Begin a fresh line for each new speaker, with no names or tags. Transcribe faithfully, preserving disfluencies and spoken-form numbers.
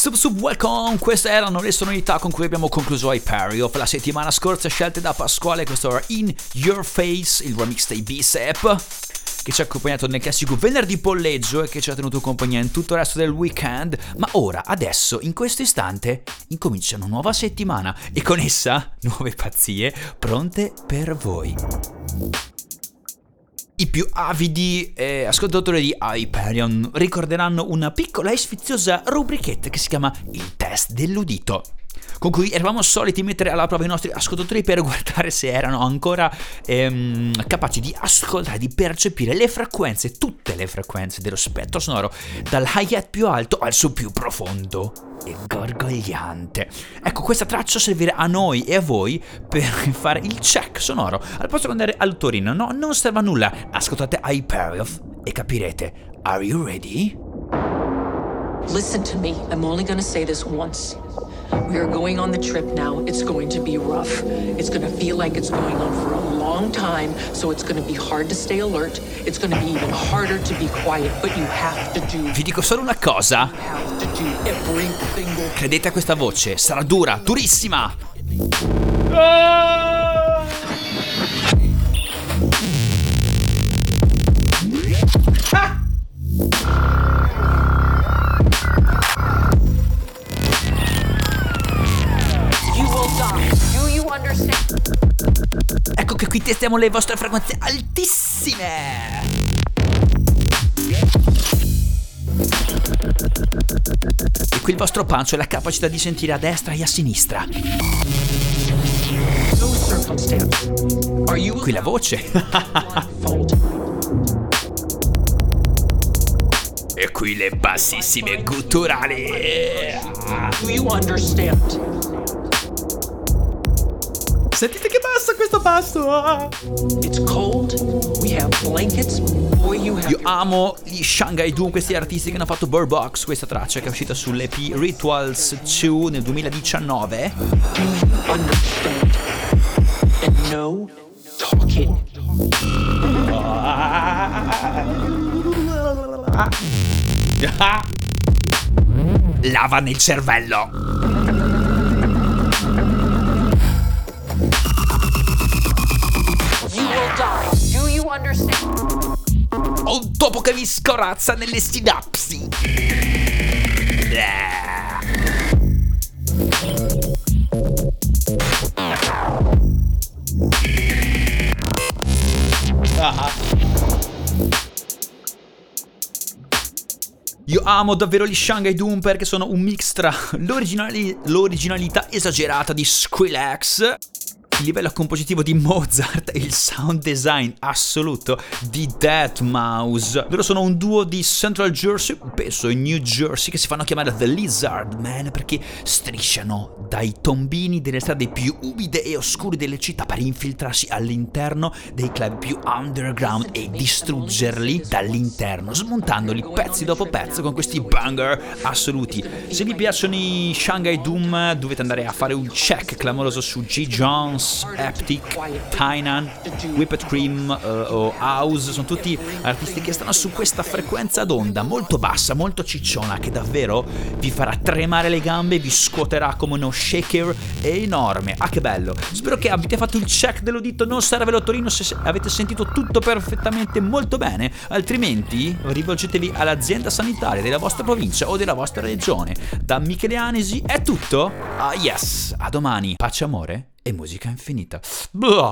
Sub sub welcome, queste erano le sonorità con cui abbiamo concluso Hyperion la settimana scorsa, scelte da Pasquale. Questo era In Your Face, il remix dei B-Sep, che ci ha accompagnato nel classico venerdì polleggio e che ci ha tenuto compagnia in tutto il resto del weekend. Ma ora, adesso, in questo istante, incomincia una nuova settimana e con essa nuove pazzie pronte per voi. I più avidi eh, ascoltatori di Hyperion ricorderanno una piccola e sfiziosa rubrichetta che si chiama Il test dell'udito, con cui eravamo soliti mettere alla prova i nostri ascoltatori per guardare se erano ancora ehm, capaci di ascoltare, di percepire le frequenze, tutte le frequenze dello spettro sonoro, dal hi-hat più alto al suo più profondo e gorgogliante. Ecco, questa traccia servirà a noi e a voi per fare il check sonoro. Al posto di andare al Torino, no, non serve a nulla. Ascoltate Hyperion e capirete. Are you ready?
Listen to me. I'm only gonna say this once. We are going on the trip now. It's going to be rough. It's going to feel like it's going on for a long time, so it's going to be hard to stay alert. It's going to be even harder to be quiet, but you have to do.
Vi dico solo una cosa.
You have to do every single.
Credete a questa voce, sarà dura, durissima. Ecco che qui testiamo le vostre frequenze altissime. E qui il vostro pancio e la capacità di sentire a destra e a sinistra. Qui la voce. E qui le bassissime gutturali.
Do you understand?
Sentite che basso questo basso. Ah.
It's cold. We have blankets. Boy, you have.
Io amo gli Shanghai Doom, questi artisti che hanno fatto Bird Box, questa traccia che è uscita sull'E P Rituals due nel duemiladiciannove.
Understand. And no talking.
Lava nel cervello.
Do you understand?
Ho un topo che vi scorazza nelle sinapsi. Ah. Io amo davvero gli Shanghai Doom perché sono un mix tra l'originali- l'originalità esagerata di Skrillex, il livello compositivo di Mozart e il sound design assoluto di deadmau5. Loro sono un duo di Central Jersey, penso in New Jersey, che si fanno chiamare The Lizard Man perché strisciano dai tombini delle strade più umide e oscure delle città per infiltrarsi all'interno dei club più underground e distruggerli dall'interno, smontandoli pezzi dopo pezzo con questi banger assoluti. Se vi piacciono i Shanghai Doom dovete andare a fare un check clamoroso su G. Jones, Eptic, Tynan, Whipped Cream uh, o House. Sono tutti artisti che stanno su questa frequenza d'onda molto bassa, molto cicciona, che davvero vi farà tremare le gambe, vi scuoterà come uno shaker enorme. Ah, che bello. Spero che abbiate fatto il check dell'udito. Non serve l'ottorino se avete sentito tutto perfettamente molto bene, altrimenti rivolgetevi all'azienda sanitaria della vostra provincia o della vostra regione. Da Michele Anesi è tutto. Ah yes, a domani. Pace, amore e musica infinita. Blah.